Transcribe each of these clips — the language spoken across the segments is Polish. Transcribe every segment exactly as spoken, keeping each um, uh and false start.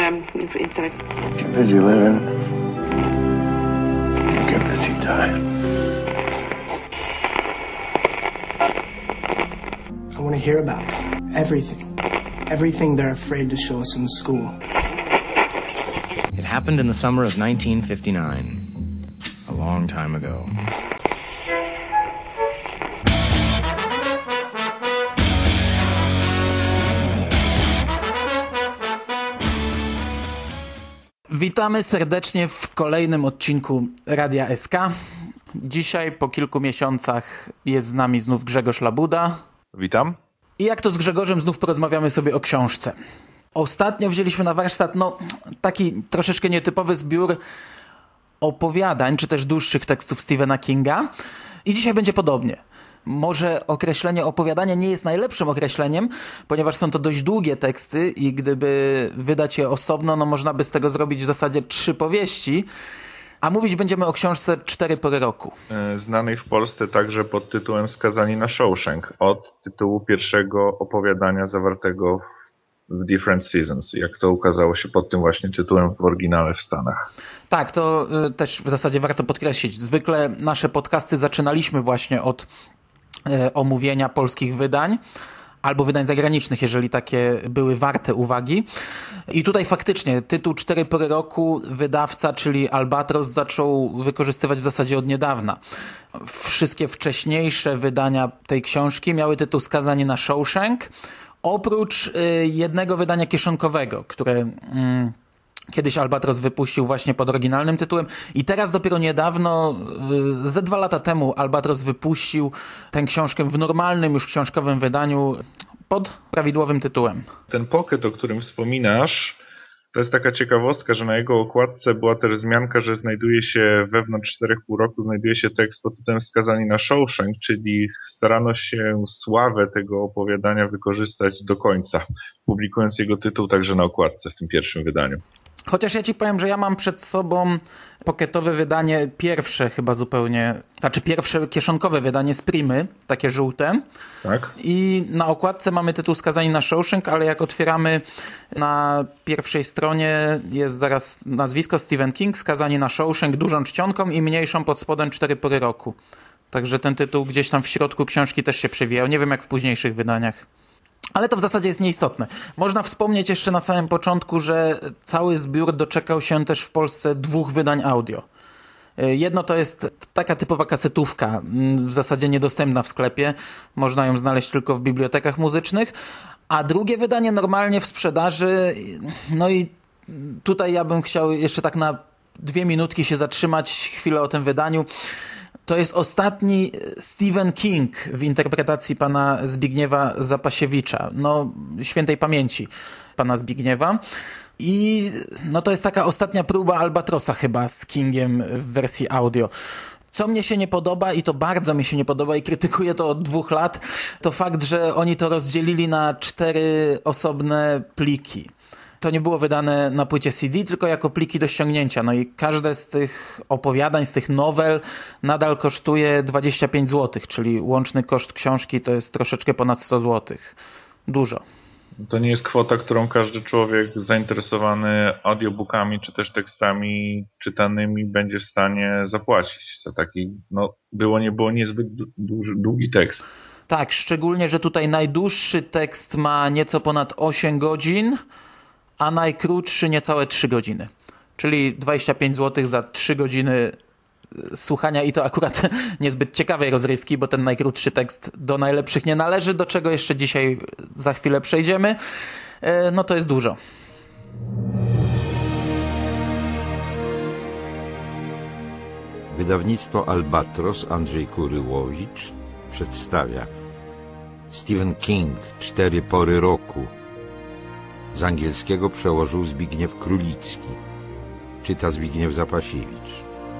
Get busy living. Get busy dying. I want to hear about it. Everything. Everything they're afraid to show us in school. It happened in the summer of nineteen fifty-nine. A long time ago. Witamy serdecznie w kolejnym odcinku Radia S K. Dzisiaj po kilku miesiącach jest z nami znów Grzegorz Labuda. Witam. I jak to z Grzegorzem znów porozmawiamy sobie o książce. Ostatnio wzięliśmy na warsztat no, taki troszeczkę nietypowy zbiór opowiadań, czy też dłuższych tekstów Stephena Kinga. I dzisiaj będzie podobnie. Może określenie opowiadania nie jest najlepszym określeniem, ponieważ są to dość długie teksty i gdyby wydać je osobno, no można by z tego zrobić w zasadzie trzy powieści. A mówić będziemy o książce Cztery pory roku. Znanej w Polsce także pod tytułem Skazani na Shawshank, od tytułu pierwszego opowiadania zawartego w Different Seasons, jak to ukazało się pod tym właśnie tytułem w oryginale w Stanach. Tak, to y, też w zasadzie warto podkreślić. Zwykle nasze podcasty zaczynaliśmy właśnie od y, omówienia polskich wydań, albo wydań zagranicznych, jeżeli takie były warte uwagi. I tutaj faktycznie tytuł Cztery pory roku wydawca, czyli Albatros, zaczął wykorzystywać w zasadzie od niedawna. Wszystkie wcześniejsze wydania tej książki miały tytuł Skazani na Shawshank, oprócz y, jednego wydania kieszonkowego, które y, kiedyś Albatros wypuścił właśnie pod oryginalnym tytułem i teraz dopiero niedawno, y, ze dwa lata temu Albatros wypuścił tę książkę w normalnym już książkowym wydaniu pod prawidłowym tytułem. Ten pocket, o którym wspominasz, to jest taka ciekawostka, że na jego okładce była też wzmianka, że znajduje się wewnątrz Czterech pół roku, znajduje się tekst pod tytułem Skazani na Shawshank, czyli starano się sławę tego opowiadania wykorzystać do końca, publikując jego tytuł także na okładce w tym pierwszym wydaniu. Chociaż ja ci powiem, że ja mam przed sobą pocketowe wydanie, pierwsze chyba zupełnie, znaczy pierwsze kieszonkowe wydanie z Primy, takie żółte. Tak. I na okładce mamy tytuł Skazani na Shawshank, ale jak otwieramy na pierwszej stronie jest zaraz nazwisko Stephen King, Skazani na Shawshank, dużą czcionką i mniejszą pod spodem Cztery pory roku. Także ten tytuł gdzieś tam w środku książki też się przewijał. Nie wiem jak w późniejszych wydaniach. Ale to w zasadzie jest nieistotne. Można wspomnieć jeszcze na samym początku, że cały zbiór doczekał się też w Polsce dwóch wydań audio. Jedno to jest taka typowa kasetówka, w zasadzie niedostępna w sklepie. Można ją znaleźć tylko w bibliotekach muzycznych. A drugie wydanie normalnie w sprzedaży. No i tutaj ja bym chciał jeszcze tak na dwie minutki się zatrzymać, chwilę o tym wydaniu. To jest ostatni Stephen King w interpretacji pana Zbigniewa Zapasiewicza, no świętej pamięci pana Zbigniewa. I no to jest taka ostatnia próba Albatrosa chyba z Kingiem w wersji audio. Co mnie się nie podoba i to bardzo mi się nie podoba i krytykuję to od dwóch lat, to fakt, że oni to rozdzielili na cztery osobne pliki. To nie było wydane na płycie C D, tylko jako pliki do ściągnięcia. No i każde z tych opowiadań, z tych nowel nadal kosztuje dwadzieścia pięć złotych, czyli łączny koszt książki to jest troszeczkę ponad sto złotych. Dużo. To nie jest kwota, którą każdy człowiek zainteresowany audiobookami czy też tekstami czytanymi będzie w stanie zapłacić za taki, no było nie było niezbyt duży, długi tekst. Tak, szczególnie, że tutaj najdłuższy tekst ma nieco ponad osiem godzin, a najkrótszy niecałe trzy godziny. Czyli dwadzieścia pięć złotych za trzy godziny słuchania i to akurat niezbyt ciekawej rozrywki, bo ten najkrótszy tekst do najlepszych nie należy, do czego jeszcze dzisiaj za chwilę przejdziemy. No to jest dużo. Wydawnictwo Albatros Andrzej Kuryłowicz przedstawia Stephen King Cztery pory roku. Z angielskiego przełożył Zbigniew Królicki. Czyta Zbigniew Zapasiewicz.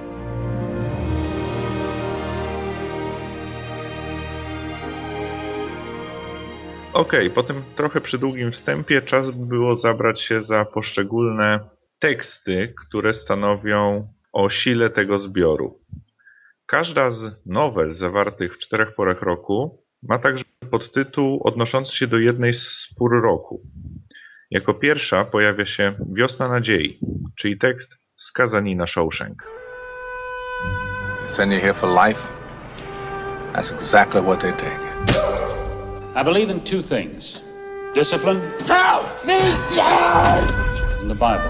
Okej, okay, po tym trochę przydługim wstępie czas by było zabrać się za poszczególne teksty, które stanowią o sile tego zbioru. Każda z nowel zawartych w Czterech porach roku ma także podtytuł odnoszący się do jednej z pór roku. Jako pierwsza pojawia się Wiosna Nadziei, czyli tekst Skazani na Shawshank. Send you here for life? That's exactly what they take. I believe in two things. Discipline. Help me, Dad! And the Bible.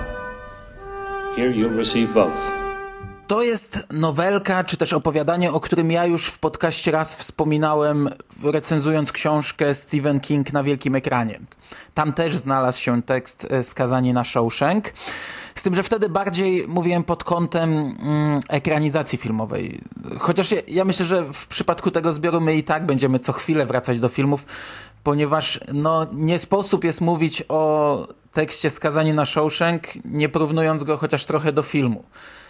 Here you'll receive both. To jest nowelka, czy też opowiadanie, o którym ja już w podcaście raz wspominałem, recenzując książkę Stephen King na wielkim ekranie. Tam też znalazł się tekst Skazani na Shawshank. Z tym, że wtedy bardziej mówiłem pod kątem mm, ekranizacji filmowej. Chociaż ja, ja myślę, że w przypadku tego zbioru my i tak będziemy co chwilę wracać do filmów, ponieważ no, nie sposób jest mówić o tekście Skazani na Shawshank, nie porównując go chociaż trochę do filmu.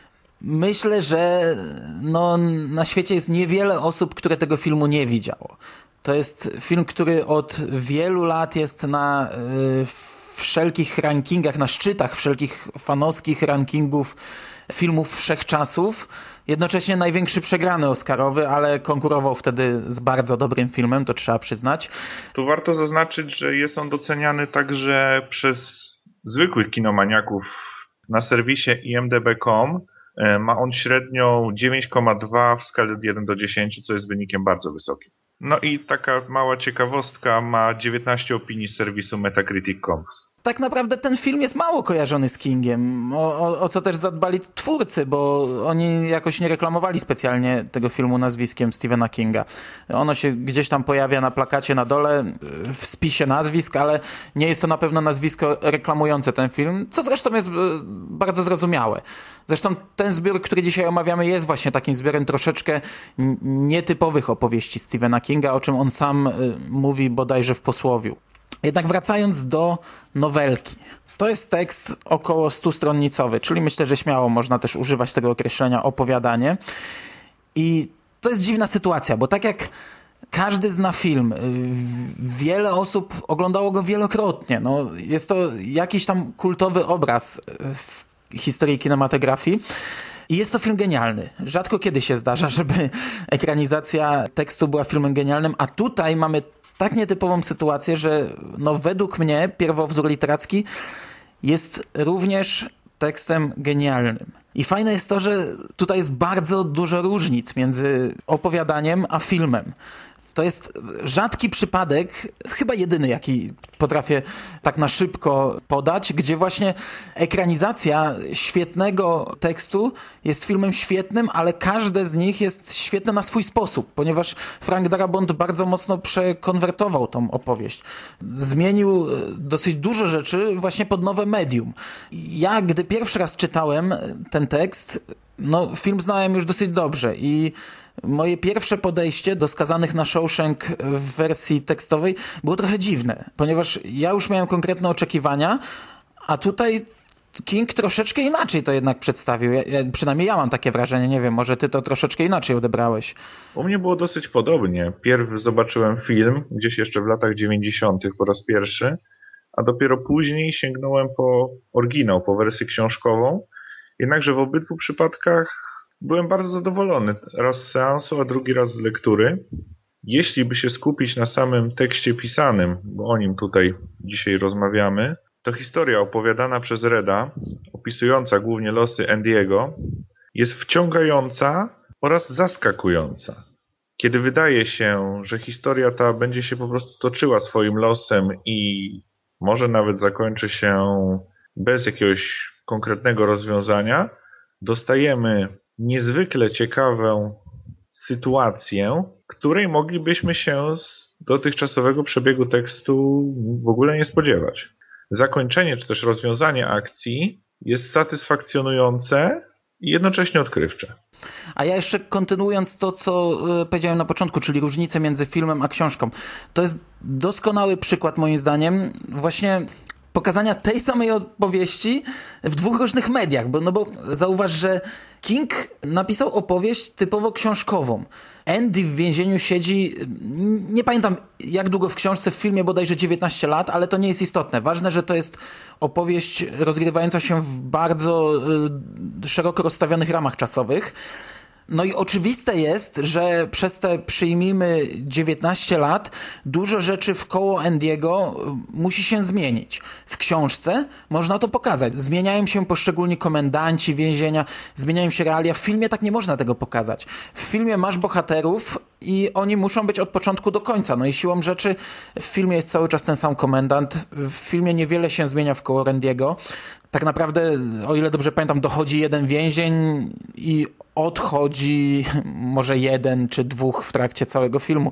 Myślę, że no, na świecie jest niewiele osób, które tego filmu nie widziało. To jest film, który od wielu lat jest na y, wszelkich rankingach, na szczytach wszelkich fanowskich rankingów filmów wszechczasów. Jednocześnie największy przegrany oscarowy, ale konkurował wtedy z bardzo dobrym filmem, to trzeba przyznać. Tu warto zaznaczyć, że jest on doceniany także przez zwykłych kinomaniaków na serwisie i em de be kropka com. Ma on średnią dziewięć przecinek dwa w skali od jeden do dziesięciu, co jest wynikiem bardzo wysokim. No i taka mała ciekawostka, ma dziewiętnaście opinii z serwisu metacritic kropka com. Tak naprawdę ten film jest mało kojarzony z Kingiem, o, o, o co też zadbali twórcy, bo oni jakoś nie reklamowali specjalnie tego filmu nazwiskiem Stephena Kinga. Ono się gdzieś tam pojawia na plakacie na dole, w spisie nazwisk, ale nie jest to na pewno nazwisko reklamujące ten film, co zresztą jest bardzo zrozumiałe. Zresztą ten zbiór, który dzisiaj omawiamy, jest właśnie takim zbiorem troszeczkę nietypowych opowieści Stephena Kinga, o czym on sam mówi bodajże w posłowiu. Jednak wracając do nowelki. To jest tekst około stustronnicowy, czyli myślę, że śmiało można też używać tego określenia opowiadanie. I to jest dziwna sytuacja, bo tak jak każdy zna film, wiele osób oglądało go wielokrotnie. No, jest to jakiś tam kultowy obraz w historii kinematografii. I jest to film genialny. Rzadko kiedy się zdarza, żeby ekranizacja tekstu była filmem genialnym, a tutaj mamy tak nietypową sytuację, że no według mnie pierwowzór literacki jest również tekstem genialnym. I fajne jest to, że tutaj jest bardzo dużo różnic między opowiadaniem a filmem. To jest rzadki przypadek, chyba jedyny, jaki potrafię tak na szybko podać, gdzie właśnie ekranizacja świetnego tekstu jest filmem świetnym, ale każde z nich jest świetne na swój sposób, ponieważ Frank Darabont bardzo mocno przekonwertował tą opowieść. Zmienił dosyć dużo rzeczy właśnie pod nowe medium. Ja, gdy pierwszy raz czytałem ten tekst, no film znałem już dosyć dobrze i moje pierwsze podejście do Skazanych na Shawshank w wersji tekstowej było trochę dziwne, ponieważ ja już miałem konkretne oczekiwania, a tutaj King troszeczkę inaczej to jednak przedstawił. Ja, ja, przynajmniej ja mam takie wrażenie, nie wiem, może ty to troszeczkę inaczej odebrałeś. U mnie było dosyć podobnie. Pierw zobaczyłem film, gdzieś jeszcze w latach dziewięćdziesiątych po raz pierwszy, a dopiero później sięgnąłem po oryginał, po wersję książkową. Jednakże w obydwu przypadkach byłem bardzo zadowolony. Raz z seansu, a drugi raz z lektury. Jeśli by się skupić na samym tekście pisanym, bo o nim tutaj dzisiaj rozmawiamy, to historia opowiadana przez Reda, opisująca głównie losy Andy'ego, jest wciągająca oraz zaskakująca. Kiedy wydaje się, że historia ta będzie się po prostu toczyła swoim losem i może nawet zakończy się bez jakiegoś konkretnego rozwiązania, dostajemy niezwykle ciekawą sytuację, której moglibyśmy się z dotychczasowego przebiegu tekstu w ogóle nie spodziewać. Zakończenie czy też rozwiązanie akcji jest satysfakcjonujące i jednocześnie odkrywcze. A ja jeszcze kontynuując to, co powiedziałem na początku, czyli różnicę między filmem a książką. To jest doskonały przykład moim zdaniem właśnie pokazania tej samej opowieści w dwóch różnych mediach, bo, no bo zauważ, że King napisał opowieść typowo książkową. Andy w więzieniu siedzi, nie pamiętam jak długo w książce, w filmie bodajże dziewiętnaście lat, ale to nie jest istotne. Ważne, że to jest opowieść rozgrywająca się w bardzo y, szeroko rozstawionych ramach czasowych. No i oczywiste jest, że przez te, przyjmijmy, dziewiętnaście lat dużo rzeczy wkoło Andiego musi się zmienić. W książce można to pokazać. Zmieniają się poszczególni komendanci więzienia, zmieniają się realia. W filmie tak nie można tego pokazać. W filmie masz bohaterów i oni muszą być od początku do końca. No i siłą rzeczy w filmie jest cały czas ten sam komendant. W filmie niewiele się zmienia wkoło Randiego. Tak naprawdę, o ile dobrze pamiętam, dochodzi jeden więzień i odchodzi może jeden czy dwóch w trakcie całego filmu.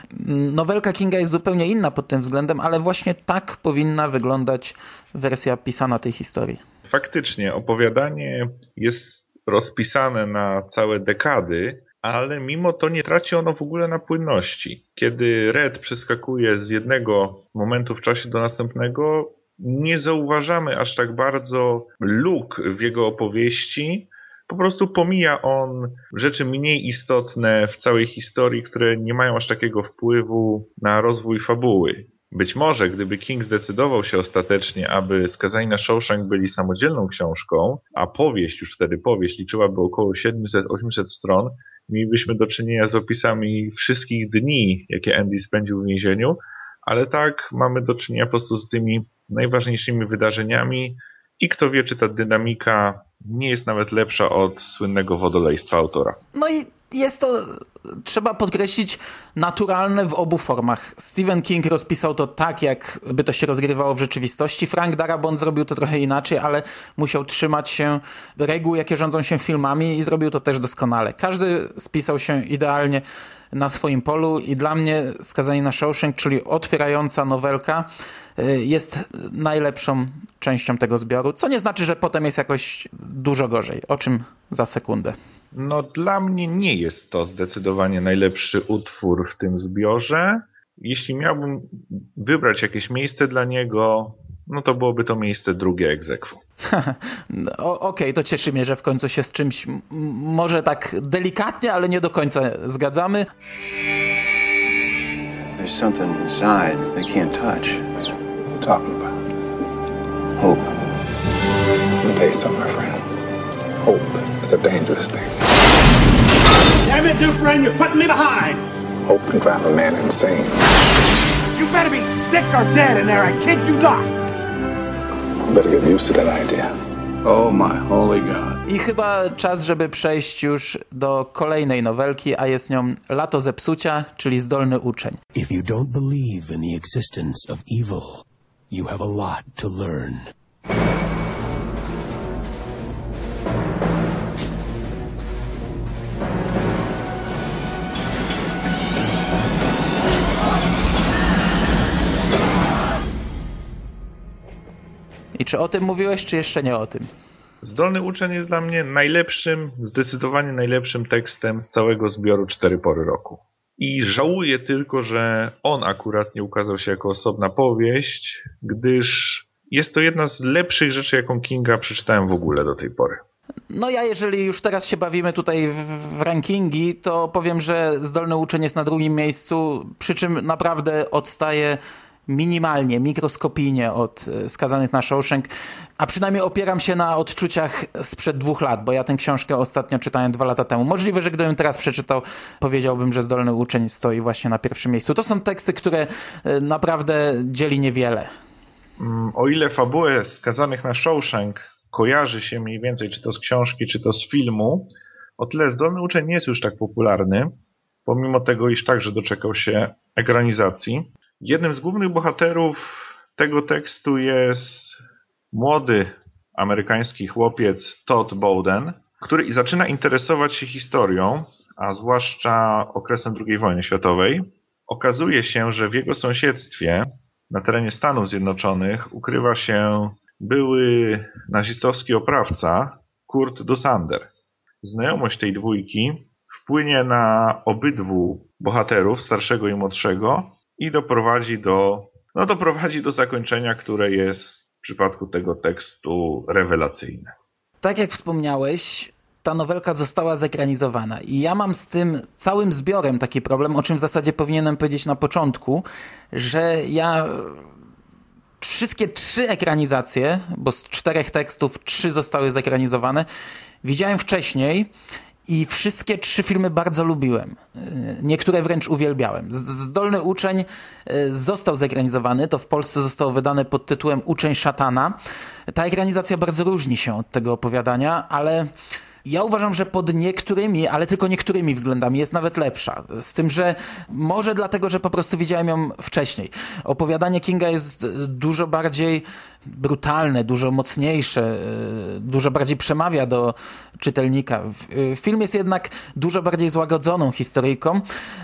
Nowelka Kinga jest zupełnie inna pod tym względem, ale właśnie tak powinna wyglądać wersja pisana tej historii. Faktycznie, opowiadanie jest rozpisane na całe dekady, ale mimo to nie traci ono w ogóle na płynności. Kiedy Red przeskakuje z jednego momentu w czasie do następnego, nie zauważamy aż tak bardzo luk w jego opowieści. Po prostu pomija on rzeczy mniej istotne w całej historii, które nie mają aż takiego wpływu na rozwój fabuły. Być może, gdyby King zdecydował się ostatecznie, aby Skazani na Shawshank byli samodzielną książką, a powieść, już wtedy powieść, liczyłaby około siedemset osiemset stron, mielibyśmy do czynienia z opisami wszystkich dni, jakie Andy spędził w więzieniu, ale tak mamy do czynienia po prostu z tymi najważniejszymi wydarzeniami i kto wie, czy ta dynamika nie jest nawet lepsza od słynnego wodolejstwa autora. No i jest to, trzeba podkreślić, naturalne w obu formach. Stephen King rozpisał to tak, jakby to się rozgrywało w rzeczywistości. Frank Darabont zrobił to trochę inaczej, ale musiał trzymać się reguł, jakie rządzą się filmami i zrobił to też doskonale. Każdy spisał się idealnie na swoim polu i dla mnie Skazani na Shawshank, czyli otwierająca nowelka, jest najlepszą częścią tego zbioru, co nie znaczy, że potem jest jakoś dużo gorzej, o czym za sekundę. No dla mnie nie jest to zdecydowanie najlepszy utwór w tym zbiorze. Jeśli miałbym wybrać jakieś miejsce dla niego, no to byłoby to miejsce drugie ex aequo. Okej, okay, to cieszy mnie, że w końcu się z czymś m- może tak delikatnie, ale nie do końca zgadzamy. There's something inside that they can't touch. What are you talking about? Hope. Let me tell you something, my friend. Hope is a dangerous thing. Damn it, Dufresne, you're putting me behind! Hope can drive a man insane. You better be sick or dead in there, I kid you not! You better get used to that idea. Oh my holy God. I chyba czas, żeby przejść już do kolejnej nowelki, a jest nią Lato zepsucia, czyli Zdolny uczeń. If you don't believe in the existence of evil, you have a lot to learn. I czy o tym mówiłeś, czy jeszcze nie o tym? Zdolny uczeń jest dla mnie najlepszym, zdecydowanie najlepszym tekstem z całego zbioru Cztery pory roku. I żałuję tylko, że on akurat nie ukazał się jako osobna powieść, gdyż jest to jedna z lepszych rzeczy, jaką Kinga przeczytałem w ogóle do tej pory. No ja, jeżeli już teraz się bawimy tutaj w, w rankingi, to powiem, że Zdolny uczeń jest na drugim miejscu, przy czym naprawdę odstaje minimalnie, mikroskopijnie od Skazanych na Shawshank, a przynajmniej opieram się na odczuciach sprzed dwóch lat, bo ja tę książkę ostatnio czytałem dwa lata temu. Możliwe, że gdybym teraz przeczytał, powiedziałbym, że Zdolny uczeń stoi właśnie na pierwszym miejscu. To są teksty, które naprawdę dzieli niewiele. O ile fabułę Skazanych na Shawshank kojarzy się mniej więcej czy to z książki, czy to z filmu, o tyle Zdolny uczeń nie jest już tak popularny, pomimo tego, iż także doczekał się ekranizacji. Jednym z głównych bohaterów tego tekstu jest młody amerykański chłopiec Todd Bowden, który zaczyna interesować się historią, a zwłaszcza okresem drugiej wojny światowej. Okazuje się, że w jego sąsiedztwie, na terenie Stanów Zjednoczonych, ukrywa się były nazistowski oprawca Kurt Dusander. Znajomość tej dwójki wpłynie na obydwu bohaterów, starszego i młodszego, i doprowadzi do, no doprowadzi do zakończenia, które jest w przypadku tego tekstu rewelacyjne. Tak jak wspomniałeś, ta nowelka została zekranizowana i ja mam z tym całym zbiorem taki problem, o czym w zasadzie powinienem powiedzieć na początku, że ja wszystkie trzy ekranizacje, bo z czterech tekstów trzy zostały zekranizowane, widziałem wcześniej I wszystkie trzy filmy bardzo lubiłem. Niektóre wręcz uwielbiałem. Zdolny uczeń został zekranizowany. To w Polsce zostało wydane pod tytułem Uczeń szatana. Ta ekranizacja bardzo różni się od tego opowiadania, ale ja uważam, że pod niektórymi, ale tylko niektórymi względami jest nawet lepsza. Z tym, że może dlatego, że po prostu widziałem ją wcześniej. Opowiadanie Kinga jest dużo bardziej brutalne, dużo mocniejsze, dużo bardziej przemawia do czytelnika. Film jest jednak dużo bardziej złagodzoną historyjką,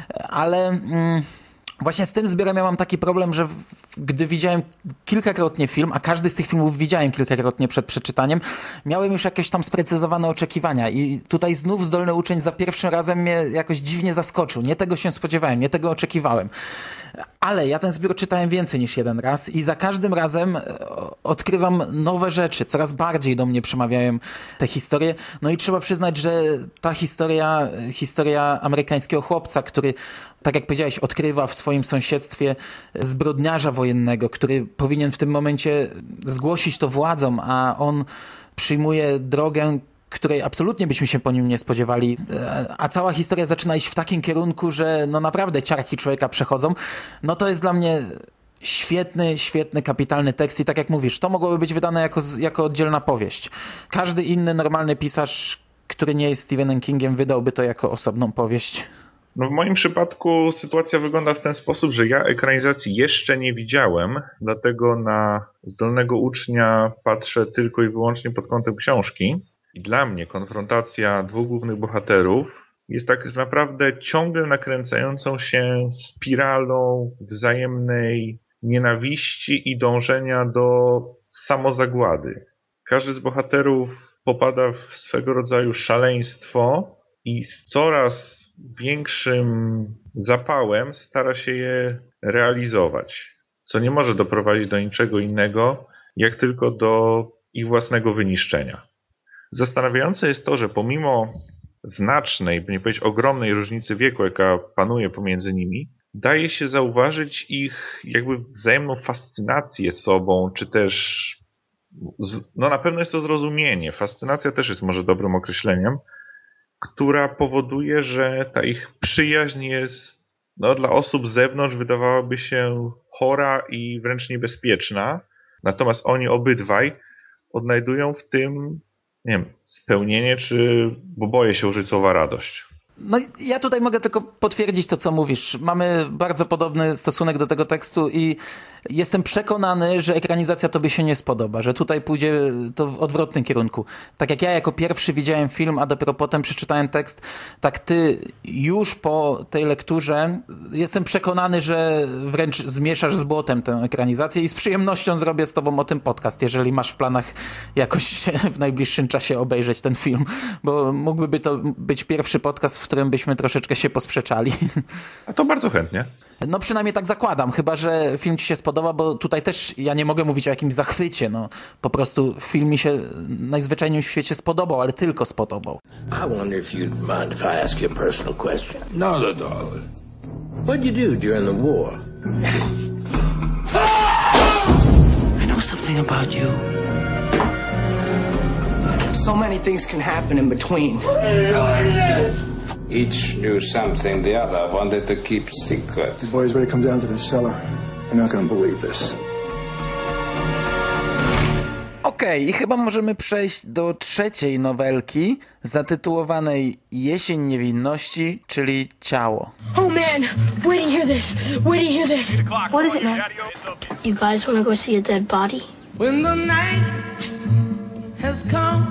ale mm, właśnie z tym zbiorem ja mam taki problem, że w, gdy widziałem kilkakrotnie film, a każdy z tych filmów widziałem kilkakrotnie przed przeczytaniem, miałem już jakieś tam sprecyzowane oczekiwania i tutaj znów Zdolny uczeń za pierwszym razem mnie jakoś dziwnie zaskoczył. Nie tego się spodziewałem, nie tego oczekiwałem. Ale ja ten zbiór czytałem więcej niż jeden raz i za każdym razem odkrywam nowe rzeczy. Coraz bardziej do mnie przemawiają te historie. No i trzeba przyznać, że ta historia, historia amerykańskiego chłopca, który, tak jak powiedziałeś, odkrywa w swoim sąsiedztwie zbrodniarza wojennego, który powinien w tym momencie zgłosić to władzom, a on przyjmuje drogę, której absolutnie byśmy się po nim nie spodziewali, a cała historia zaczyna iść w takim kierunku, że no naprawdę ciarki człowieka przechodzą, no to jest dla mnie świetny, świetny, kapitalny tekst i tak jak mówisz, to mogłoby być wydane jako, jako oddzielna powieść. Każdy inny normalny pisarz, który nie jest Stephenem Kingiem, wydałby to jako osobną powieść. No w moim przypadku sytuacja wygląda w ten sposób, że ja ekranizacji jeszcze nie widziałem, dlatego na Zdolnego ucznia patrzę tylko i wyłącznie pod kątem książki. I dla mnie konfrontacja dwóch głównych bohaterów jest tak naprawdę ciągle nakręcającą się spiralą wzajemnej nienawiści i dążenia do samozagłady. Każdy z bohaterów popada w swego rodzaju szaleństwo i z coraz większym zapałem stara się je realizować, co nie może doprowadzić do niczego innego, jak tylko do ich własnego wyniszczenia. Zastanawiające jest to, że pomimo znacznej, by nie powiedzieć ogromnej różnicy wieku, jaka panuje pomiędzy nimi, daje się zauważyć ich jakby wzajemną fascynację sobą, czy też, no na pewno jest to zrozumienie, fascynacja też jest może dobrym określeniem, która powoduje, że ta ich przyjaźń jest no, dla osób z zewnątrz wydawałaby się chora i wręcz niebezpieczna, natomiast oni obydwaj odnajdują w tym, nie wiem, spełnienie, czy, bo boję się użyć słowa radość. No ja tutaj mogę tylko potwierdzić to, co mówisz. Mamy bardzo podobny stosunek do tego tekstu i jestem przekonany, że ekranizacja tobie się nie spodoba, że tutaj pójdzie to w odwrotnym kierunku. Tak jak ja jako pierwszy widziałem film, a dopiero potem przeczytałem tekst, tak ty już po tej lekturze jestem przekonany, że wręcz zmieszasz z błotem tę ekranizację i z przyjemnością zrobię z tobą o tym podcast, jeżeli masz w planach jakoś w najbliższym czasie obejrzeć ten film, bo mógłby to być pierwszy podcast, w którym byśmy troszeczkę się posprzeczali. A to bardzo chętnie. No przynajmniej tak zakładam, chyba że film ci się spodoba, bo tutaj też ja nie mogę mówić o jakimś zachwycie, no po prostu film mi się najzwyczajniej w świecie spodobał, ale tylko spodobał. I wonder if you'd mind if I ask you a personal question. Not at all. What'd you do during the war? I know something about you. So many things can happen in between. Each knew something the other wanted to keep secret. The boys ready to come down to the cellar. You're not gonna believe this. Okej, okay, i chyba możemy przejść do trzeciej nowelki zatytułowanej Jesień Niewinności, czyli Ciało. Oh man, where do you hear this? Where do you hear this? What is it, man? You guys want to go see a dead body? When the night has come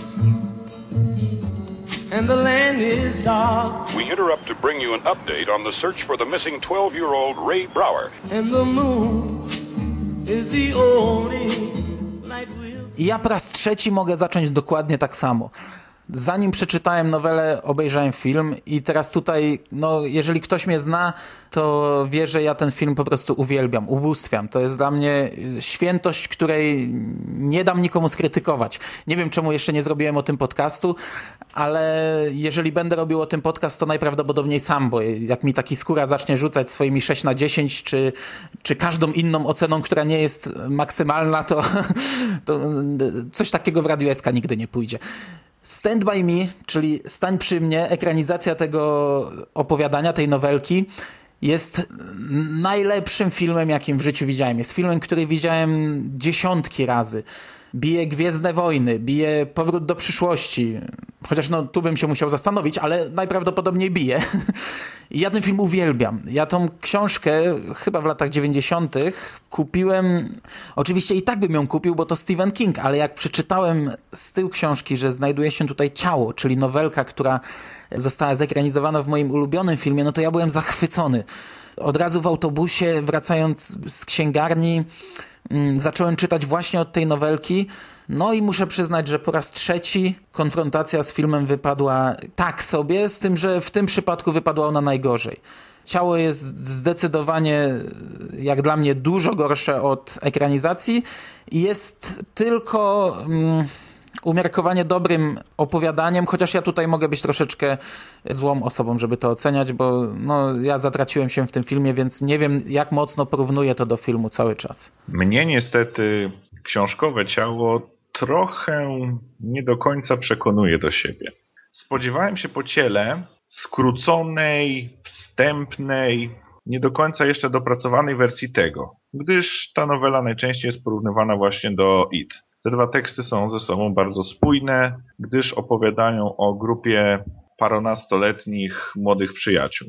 and the land is dark. We interrupt to bring you an update on the search for the missing twelve-year-old Ray Brower. And the moon is the only light we'll see. I ja po raz trzeci mogę zacząć dokładnie tak samo. Zanim przeczytałem nowelę, obejrzałem film i teraz tutaj, no jeżeli ktoś mnie zna, to wie, że ja ten film po prostu uwielbiam, ubóstwiam. To jest dla mnie świętość, której nie dam nikomu skrytykować. Nie wiem, czemu jeszcze nie zrobiłem o tym podcastu, ale jeżeli będę robił o tym podcast, to najprawdopodobniej sam, bo jak mi taki skóra zacznie rzucać swoimi sześć na dziesięć, czy, czy każdą inną oceną, która nie jest maksymalna, to, to coś takiego w Radiu S K nigdy nie pójdzie. Stand By Me, czyli Stań przy mnie, ekranizacja tego opowiadania, tej nowelki, jest najlepszym filmem, jakim w życiu widziałem. Jest filmem, który widziałem dziesiątki razy. Bije Gwiezdne Wojny, bije Powrót do przyszłości. Chociaż no tu bym się musiał zastanowić, ale najprawdopodobniej bije. I ja ten film uwielbiam. Ja tą książkę chyba w latach dziewięćdziesiątych kupiłem, oczywiście i tak bym ją kupił, bo to Stephen King, ale jak przeczytałem z tyłu książki, że znajduje się tutaj Ciało, czyli nowelka, która została zekranizowana w moim ulubionym filmie, no to ja byłem zachwycony. Od razu w autobusie, wracając z księgarni, zacząłem czytać właśnie od tej nowelki. No i muszę przyznać, że po raz trzeci konfrontacja z filmem wypadła tak sobie, z tym, że w tym przypadku wypadła ona najgorzej. Ciało jest zdecydowanie, jak dla mnie, dużo gorsze od ekranizacji i jest tylko um, umiarkowanie dobrym opowiadaniem, chociaż ja tutaj mogę być troszeczkę złą osobą, żeby to oceniać, bo no, ja zatraciłem się w tym filmie, więc nie wiem, jak mocno porównuję to do filmu cały czas. Mnie niestety książkowe Ciało trochę nie do końca przekonuje do siebie. Spodziewałem się po Ciele skróconej, wstępnej, nie do końca jeszcze dopracowanej wersji tego, gdyż ta nowela najczęściej jest porównywana właśnie do It. Te dwa teksty są ze sobą bardzo spójne, gdyż opowiadają o grupie parunastoletnich młodych przyjaciół.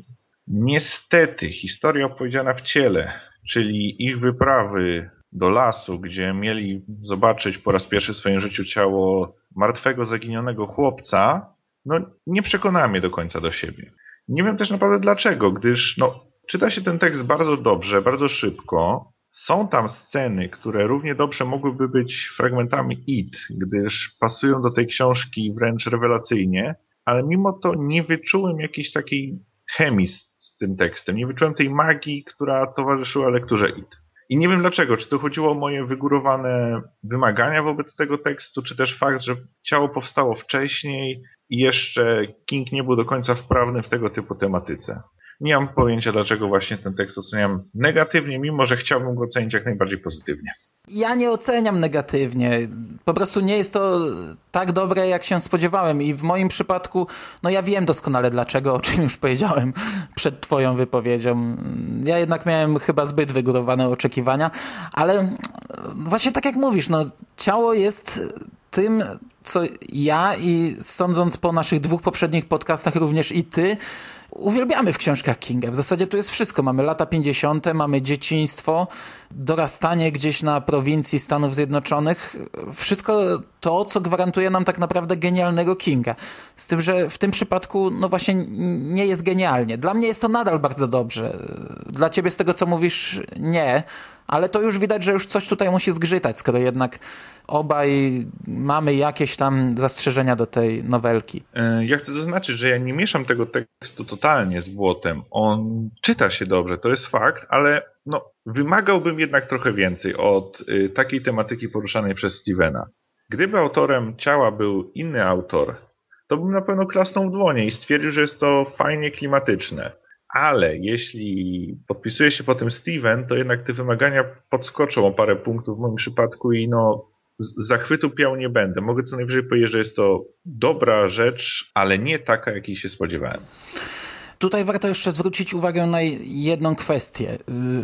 Niestety historia opowiedziana w Ciele, czyli ich wyprawy do lasu, gdzie mieli zobaczyć po raz pierwszy w swoim życiu ciało martwego, zaginionego chłopca, no nie przekonała mnie do końca do siebie. Nie wiem też naprawdę dlaczego, gdyż no, czyta się ten tekst bardzo dobrze, bardzo szybko. Są tam sceny, które równie dobrze mogłyby być fragmentami It, gdyż pasują do tej książki wręcz rewelacyjnie, ale mimo to nie wyczułem jakiejś takiej chemii z tym tekstem, nie wyczułem tej magii, która towarzyszyła lekturze It. I nie wiem dlaczego, czy to chodziło o moje wygórowane wymagania wobec tego tekstu, czy też fakt, że ciało powstało wcześniej i jeszcze King nie był do końca wprawny w tego typu tematyce. Nie mam pojęcia, dlaczego właśnie ten tekst oceniam negatywnie, mimo że chciałbym go ocenić jak najbardziej pozytywnie. Ja nie oceniam negatywnie. Po prostu nie jest to tak dobre, jak się spodziewałem. I w moim przypadku, no ja wiem doskonale dlaczego, o czym już powiedziałem przed twoją wypowiedzią. Ja jednak miałem chyba zbyt wygórowane oczekiwania, ale właśnie tak jak mówisz, no ciało jest tym, co ja i sądząc po naszych dwóch poprzednich podcastach również i ty, uwielbiamy w książkach Kinga. W zasadzie tu jest wszystko. Mamy lata pięćdziesiąte, mamy dzieciństwo, dorastanie gdzieś na prowincji Stanów Zjednoczonych. Wszystko to, co gwarantuje nam tak naprawdę genialnego Kinga. Z tym, że w tym przypadku no właśnie nie jest genialnie. Dla mnie jest to nadal bardzo dobrze. Dla ciebie z tego, co mówisz, nie. Ale to już widać, że już coś tutaj musi zgrzytać, skoro jednak obaj mamy jakieś tam zastrzeżenia do tej nowelki. Ja chcę zaznaczyć, że ja nie mieszam tego tekstu totalnie z błotem. On czyta się dobrze, to jest fakt, ale no, wymagałbym jednak trochę więcej od y, takiej tematyki poruszanej przez Stephena. Gdyby autorem Ciała był inny autor, to bym na pewno klasnął w dłonie i stwierdził, że jest to fajnie klimatyczne. Ale jeśli podpisuje się po tym Steven, to jednak te wymagania podskoczą o parę punktów w moim przypadku i no z zachwytu piał nie będę. Mogę co najwyżej powiedzieć, że jest to dobra rzecz, ale nie taka, jakiej się spodziewałem. Tutaj warto jeszcze zwrócić uwagę na jedną kwestię.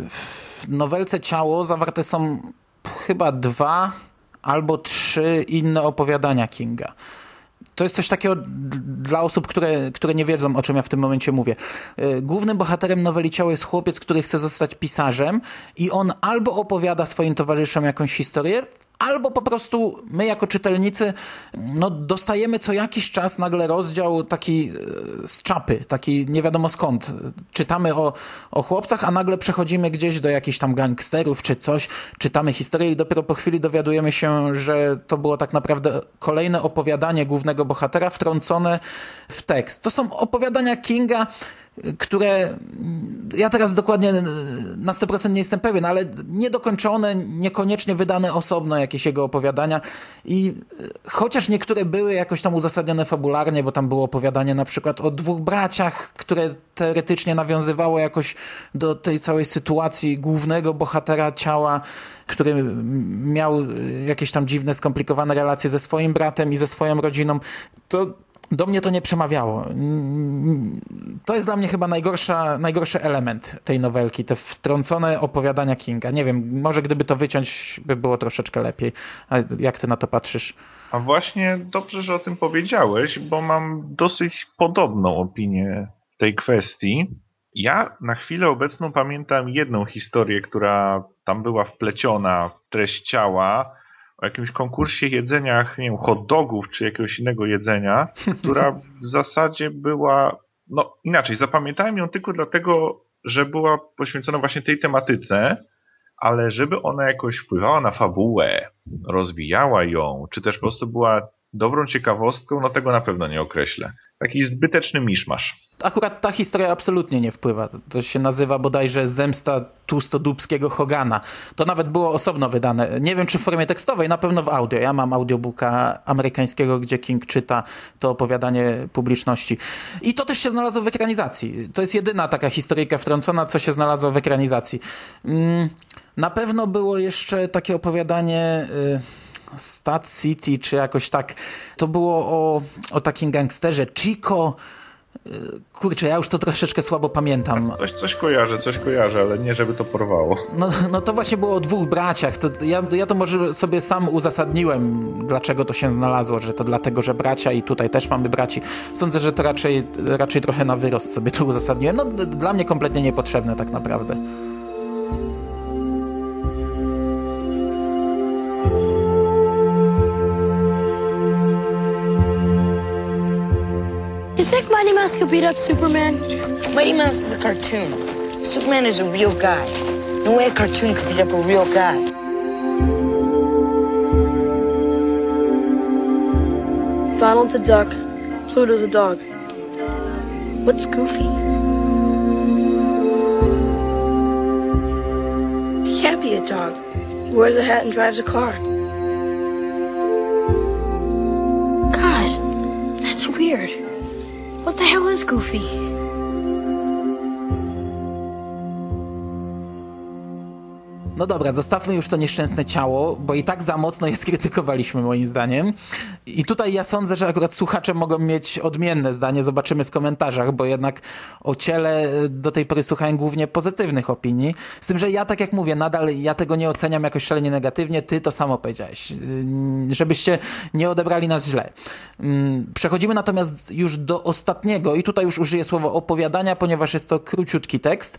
W nowelce Ciało zawarte są chyba dwa albo trzy inne opowiadania Kinga. To jest coś takiego dla osób, które, które nie wiedzą, o czym ja w tym momencie mówię. Głównym bohaterem noweli Ciało jest chłopiec, który chce zostać pisarzem i on albo opowiada swoim towarzyszom jakąś historię, albo po prostu my jako czytelnicy no, dostajemy co jakiś czas nagle rozdział taki z czapy, taki nie wiadomo skąd. Czytamy o, o chłopcach, a nagle przechodzimy gdzieś do jakichś tam gangsterów czy coś, czytamy historię i dopiero po chwili dowiadujemy się, że to było tak naprawdę kolejne opowiadanie głównego bohatera wtrącone w tekst. To są opowiadania Kinga, które ja teraz dokładnie na sto procent nie jestem pewien, ale niedokończone, niekoniecznie wydane osobno jakieś jego opowiadania i chociaż niektóre były jakoś tam uzasadnione fabularnie, bo tam było opowiadanie na przykład o dwóch braciach, które teoretycznie nawiązywało jakoś do tej całej sytuacji głównego bohatera Ciała, który miał jakieś tam dziwne, skomplikowane relacje ze swoim bratem i ze swoją rodziną, to do mnie to nie przemawiało. To jest dla mnie chyba najgorsza, najgorszy element tej nowelki, te wtrącone opowiadania Kinga. Nie wiem, może gdyby to wyciąć, by było troszeczkę lepiej. A jak ty na to patrzysz? A właśnie dobrze, że o tym powiedziałeś, bo mam dosyć podobną opinię w tej kwestii. Ja na chwilę obecną pamiętam jedną historię, która tam była wpleciona w treść Ciała, o jakimś konkursie jedzeniach, nie wiem, hot dogów czy jakiegoś innego jedzenia, która w zasadzie była, no inaczej, zapamiętałem ją tylko dlatego, że była poświęcona właśnie tej tematyce, ale żeby ona jakoś wpływała na fabułę, rozwijała ją, czy też po prostu była dobrą ciekawostką, no tego na pewno nie określę. Taki zbyteczny miszmasz. Akurat ta historia absolutnie nie wpływa. To się nazywa bodajże Zemsta tłustodubskiego Hogana. To nawet było osobno wydane. Nie wiem, czy w formie tekstowej, na pewno w audio. Ja mam audiobooka amerykańskiego, gdzie King czyta to opowiadanie publiczności. I to też się znalazło w ekranizacji. To jest jedyna taka historyjka wtrącona, co się znalazło w ekranizacji. Na pewno było jeszcze takie opowiadanie... Stat City, czy jakoś tak. To było o, o takim gangsterze Chico. Kurczę, ja już to troszeczkę słabo pamiętam. Coś, coś kojarzę, coś kojarzę, ale nie żeby to porwało. No, no to właśnie było o dwóch braciach. To ja, ja to może sobie sam uzasadniłem, dlaczego to się znalazło, że to dlatego, że bracia i tutaj też mamy braci. Sądzę, że to raczej, raczej trochę na wyrost sobie to uzasadniłem. No dla mnie kompletnie niepotrzebne tak naprawdę. You think Mighty Mouse could beat up Superman? Mighty Mouse is a cartoon. Superman is a real guy. No way a cartoon could beat up a real guy. Donald's a duck. Pluto's a dog. What's Goofy? He can't be a dog. He wears a hat and drives a car. God, that's weird. What the hell is Goofy? No dobra, zostawmy już to nieszczęsne ciało, bo i tak za mocno je skrytykowaliśmy moim zdaniem. I tutaj ja sądzę, że akurat słuchacze mogą mieć odmienne zdanie, zobaczymy w komentarzach, bo jednak o ciele do tej pory słuchałem głównie pozytywnych opinii. Z tym, że ja tak jak mówię, nadal ja tego nie oceniam jakoś szalenie negatywnie, ty to samo powiedziałeś, żebyście nie odebrali nas źle. Przechodzimy natomiast już do ostatniego i tutaj już użyję słowa opowiadania, ponieważ jest to króciutki tekst.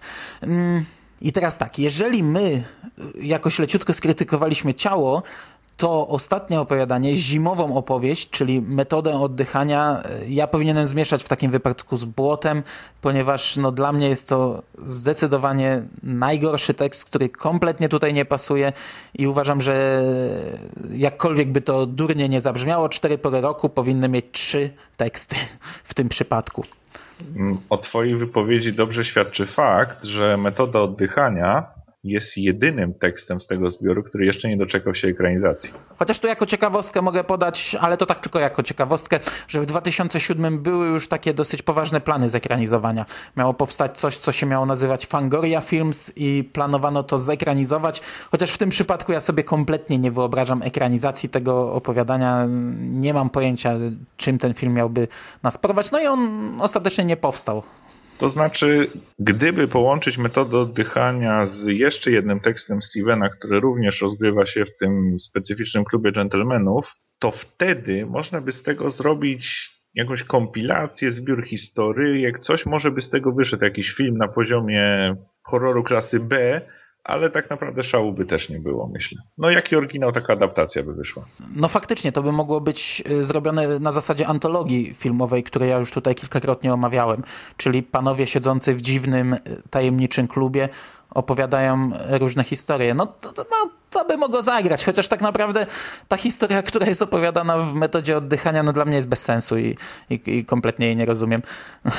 I teraz tak, jeżeli my jakoś leciutko skrytykowaliśmy ciało, to ostatnie opowiadanie, zimową opowieść, czyli metodę oddychania, ja powinienem zmieszać w takim wypadku z błotem, ponieważ no, dla mnie jest to zdecydowanie najgorszy tekst, który kompletnie tutaj nie pasuje i uważam, że jakkolwiek by to durnie nie zabrzmiało, cztery pory roku powinny mieć trzy teksty w tym przypadku. O twojej wypowiedzi dobrze świadczy fakt, że metoda oddychania jest jedynym tekstem z tego zbioru, który jeszcze nie doczekał się ekranizacji. Chociaż tu jako ciekawostkę mogę podać, ale to tak tylko jako ciekawostkę, że w dwa tysiące siódmym były już takie dosyć poważne plany zekranizowania. Miało powstać coś, co się miało nazywać Fangoria Films i planowano to zekranizować, chociaż w tym przypadku ja sobie kompletnie nie wyobrażam ekranizacji tego opowiadania. Nie mam pojęcia, czym ten film miałby nas porwać, no i on ostatecznie nie powstał. To znaczy, gdyby połączyć metodę oddychania z jeszcze jednym tekstem Stevena, który również rozgrywa się w tym specyficznym klubie dżentelmenów, to wtedy można by z tego zrobić jakąś kompilację, zbiór historyjek, coś może by z tego wyszedł, jakiś film na poziomie horroru klasy B, ale tak naprawdę szału by też nie było, myślę. No jaki oryginał, taka adaptacja by wyszła. No faktycznie, to by mogło być zrobione na zasadzie antologii filmowej, której ja już tutaj kilkakrotnie omawiałem. Czyli panowie siedzący w dziwnym, tajemniczym klubie opowiadają różne historie. No to, no, to by mogło zagrać, chociaż tak naprawdę ta historia, która jest opowiadana w metodzie oddychania, no dla mnie jest bez sensu i, i, i kompletnie jej nie rozumiem.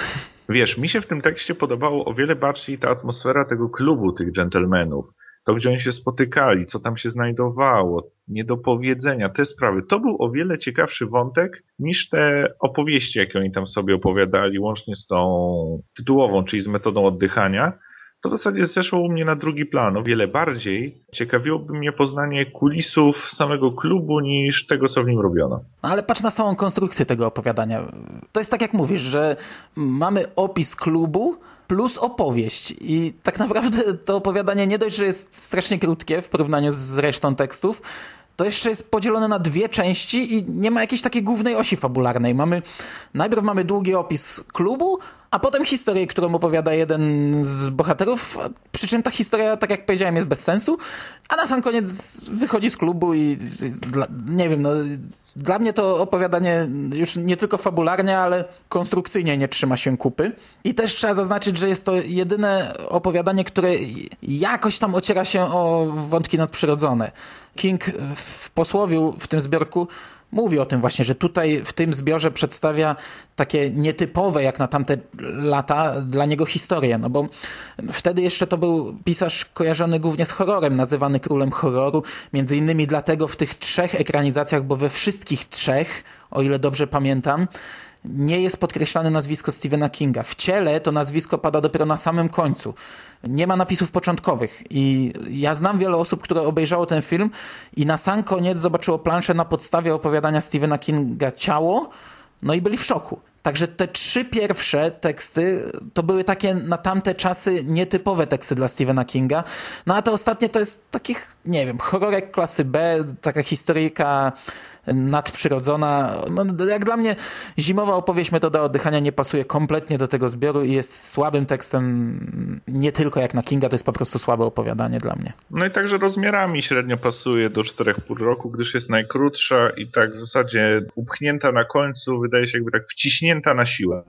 Wiesz, mi się w tym tekście podobało o wiele bardziej ta atmosfera tego klubu tych dżentelmenów. To, gdzie oni się spotykali, co tam się znajdowało, niedopowiedzenia, te sprawy. To był o wiele ciekawszy wątek niż te opowieści, jakie oni tam sobie opowiadali, łącznie z tą tytułową, czyli z metodą oddychania. To w zasadzie zeszło u mnie na drugi plan. O wiele bardziej ciekawiłoby mnie poznanie kulisów samego klubu niż tego, co w nim robiono. Ale patrz na samą konstrukcję tego opowiadania. To jest tak, jak mówisz, że mamy opis klubu plus opowieść i tak naprawdę to opowiadanie nie dość, że jest strasznie krótkie w porównaniu z resztą tekstów, to jeszcze jest podzielone na dwie części i nie ma jakiejś takiej głównej osi fabularnej. Mamy, najpierw mamy długi opis klubu, a potem historię, którą opowiada jeden z bohaterów, przy czym ta historia, tak jak powiedziałem, jest bez sensu, a na sam koniec wychodzi z klubu i dla, nie wiem, no dla mnie to opowiadanie już nie tylko fabularnie, ale konstrukcyjnie nie trzyma się kupy. I też trzeba zaznaczyć, że jest to jedyne opowiadanie, które jakoś tam ociera się o wątki nadprzyrodzone. King w posłowiu w tym zbiorku mówi o tym właśnie, że tutaj w tym zbiorze przedstawia takie nietypowe jak na tamte lata dla niego historie, no bo wtedy jeszcze to był pisarz kojarzony głównie z horrorem, nazywany królem horroru, między innymi dlatego w tych trzech ekranizacjach, bo we wszystkich trzech, o ile dobrze pamiętam, nie jest podkreślane nazwisko Stephena Kinga. W ciele to nazwisko pada dopiero na samym końcu. Nie ma napisów początkowych. I ja znam wiele osób, które obejrzało ten film i na sam koniec zobaczyło planszę na podstawie opowiadania Stephena Kinga Ciało, no i byli w szoku. Także te trzy pierwsze teksty to były takie na tamte czasy nietypowe teksty dla Stephena Kinga. No a te ostatnie to jest takich, nie wiem, horrorek klasy B, taka historyjka nadprzyrodzona. No, jak dla mnie zimowa opowieść Metoda oddychania nie pasuje kompletnie do tego zbioru i jest słabym tekstem nie tylko jak na Kinga, to jest po prostu słabe opowiadanie dla mnie. No i także rozmiarami średnio pasuje do czterech i pół roku, gdyż jest najkrótsza i tak w zasadzie upchnięta na końcu, wydaje się jakby tak wciśnięta na siłę.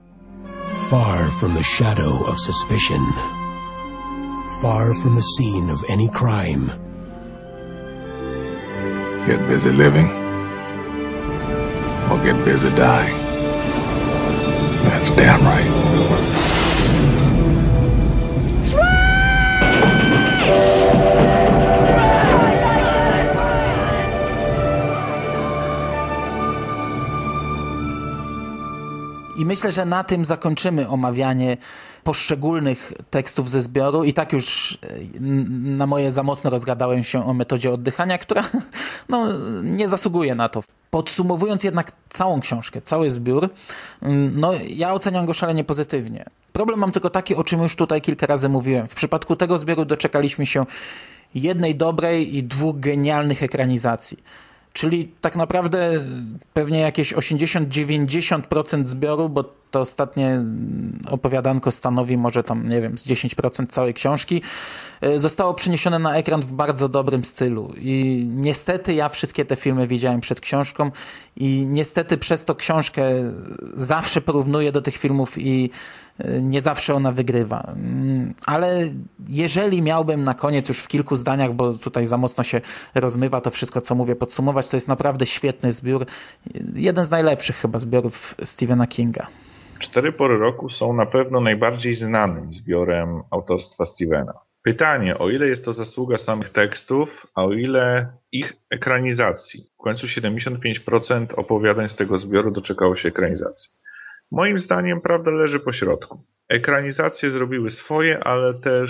Far from the shadow of suspicion. Far from the scene of any crime. Get busy living. Or get busy dying. That's damn right. I myślę, że na tym zakończymy omawianie poszczególnych tekstów ze zbioru. I tak już na moje za mocno rozgadałem się o metodzie oddychania, która no, nie zasługuje na to. Podsumowując jednak całą książkę, cały zbiór, no ja oceniam go szalenie pozytywnie. Problem mam tylko taki, o czym już tutaj kilka razy mówiłem. W przypadku tego zbioru doczekaliśmy się jednej dobrej i dwóch genialnych ekranizacji. Czyli tak naprawdę pewnie jakieś osiemdziesiąt do dziewięćdziesięciu procent zbioru, bo to ostatnie opowiadanko stanowi może tam, nie wiem, z dziesięć procent całej książki, zostało przeniesione na ekran w bardzo dobrym stylu. I niestety ja wszystkie te filmy widziałem przed książką i niestety przez to książkę zawsze porównuję do tych filmów i nie zawsze ona wygrywa. Ale jeżeli miałbym na koniec już w kilku zdaniach, bo tutaj za mocno się rozmywa to wszystko, co mówię, podsumować, to jest naprawdę świetny zbiór. Jeden z najlepszych chyba zbiorów Stephena Kinga. Cztery pory roku są na pewno najbardziej znanym zbiorem autorstwa Stephena. Pytanie, o ile jest to zasługa samych tekstów, a o ile ich ekranizacji. W końcu siedemdziesiąt pięć procent opowiadań z tego zbioru doczekało się ekranizacji. Moim zdaniem prawda leży po środku. Ekranizacje zrobiły swoje, ale też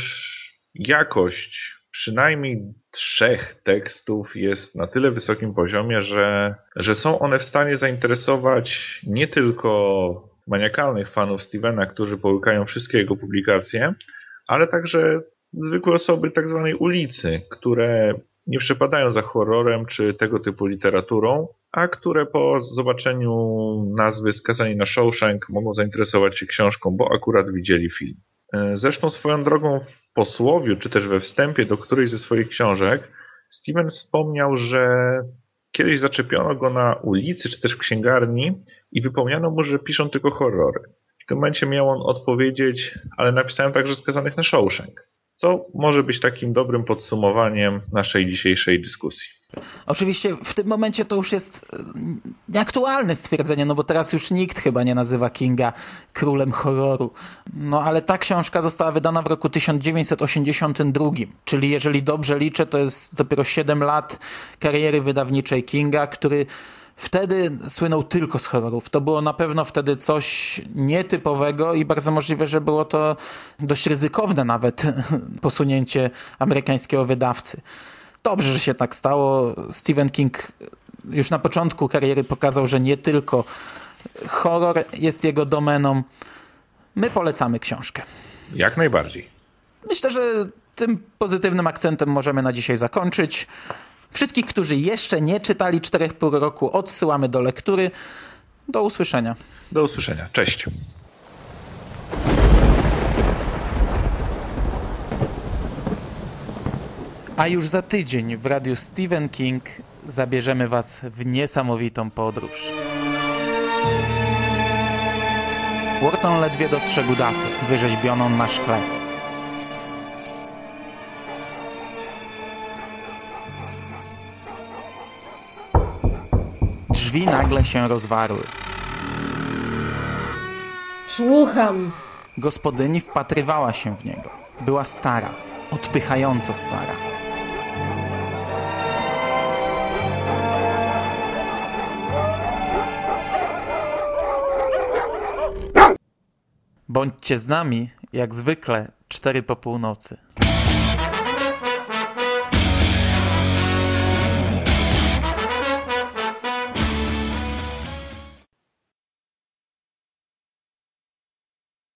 jakość przynajmniej trzech tekstów jest na tyle wysokim poziomie, że, że są one w stanie zainteresować nie tylko maniakalnych fanów Stephena, którzy połykają wszystkie jego publikacje, ale także zwykłe osoby tak zwanej ulicy, które nie przepadają za horrorem czy tego typu literaturą, a które po zobaczeniu nazwy Skazani na Shawshank mogą zainteresować się książką, bo akurat widzieli film. Zresztą swoją drogą w posłowiu, czy też we wstępie do którejś ze swoich książek, Stephen wspomniał, że kiedyś zaczepiono go na ulicy, czy też w księgarni i wypomniano mu, że piszą tylko horrory. W tym momencie miał on odpowiedzieć, ale napisałem także Skazanych na Shawshank. co może być takim dobrym podsumowaniem naszej dzisiejszej dyskusji. Oczywiście w tym momencie to już jest nieaktualne stwierdzenie, no bo teraz już nikt chyba nie nazywa Kinga królem horroru. No ale ta książka została wydana w roku tysiąc dziewięćset osiemdziesiątym drugim, czyli jeżeli dobrze liczę, to jest dopiero siedem lat kariery wydawniczej Kinga, który wtedy słynął tylko z horrorów. To było na pewno wtedy coś nietypowego i bardzo możliwe, że było to dość ryzykowne nawet posunięcie amerykańskiego wydawcy. Dobrze, że się tak stało. Stephen King już na początku kariery pokazał, że nie tylko horror jest jego domeną. My polecamy książkę. Jak najbardziej. Myślę, że tym pozytywnym akcentem możemy na dzisiaj zakończyć. Wszystkich, którzy jeszcze nie czytali Czterech pór roku, odsyłamy do lektury. Do usłyszenia. Do usłyszenia. Cześć. A już za tydzień w radiu Stephen King zabierzemy was w niesamowitą podróż. Wharton ledwie dostrzegł datę, wyrzeźbioną na szkle. Drzwi nagle się rozwarły. Słucham. Gospodyni wpatrywała się w niego. Była stara, odpychająco stara. Bądźcie z nami, jak zwykle, cztery po północy.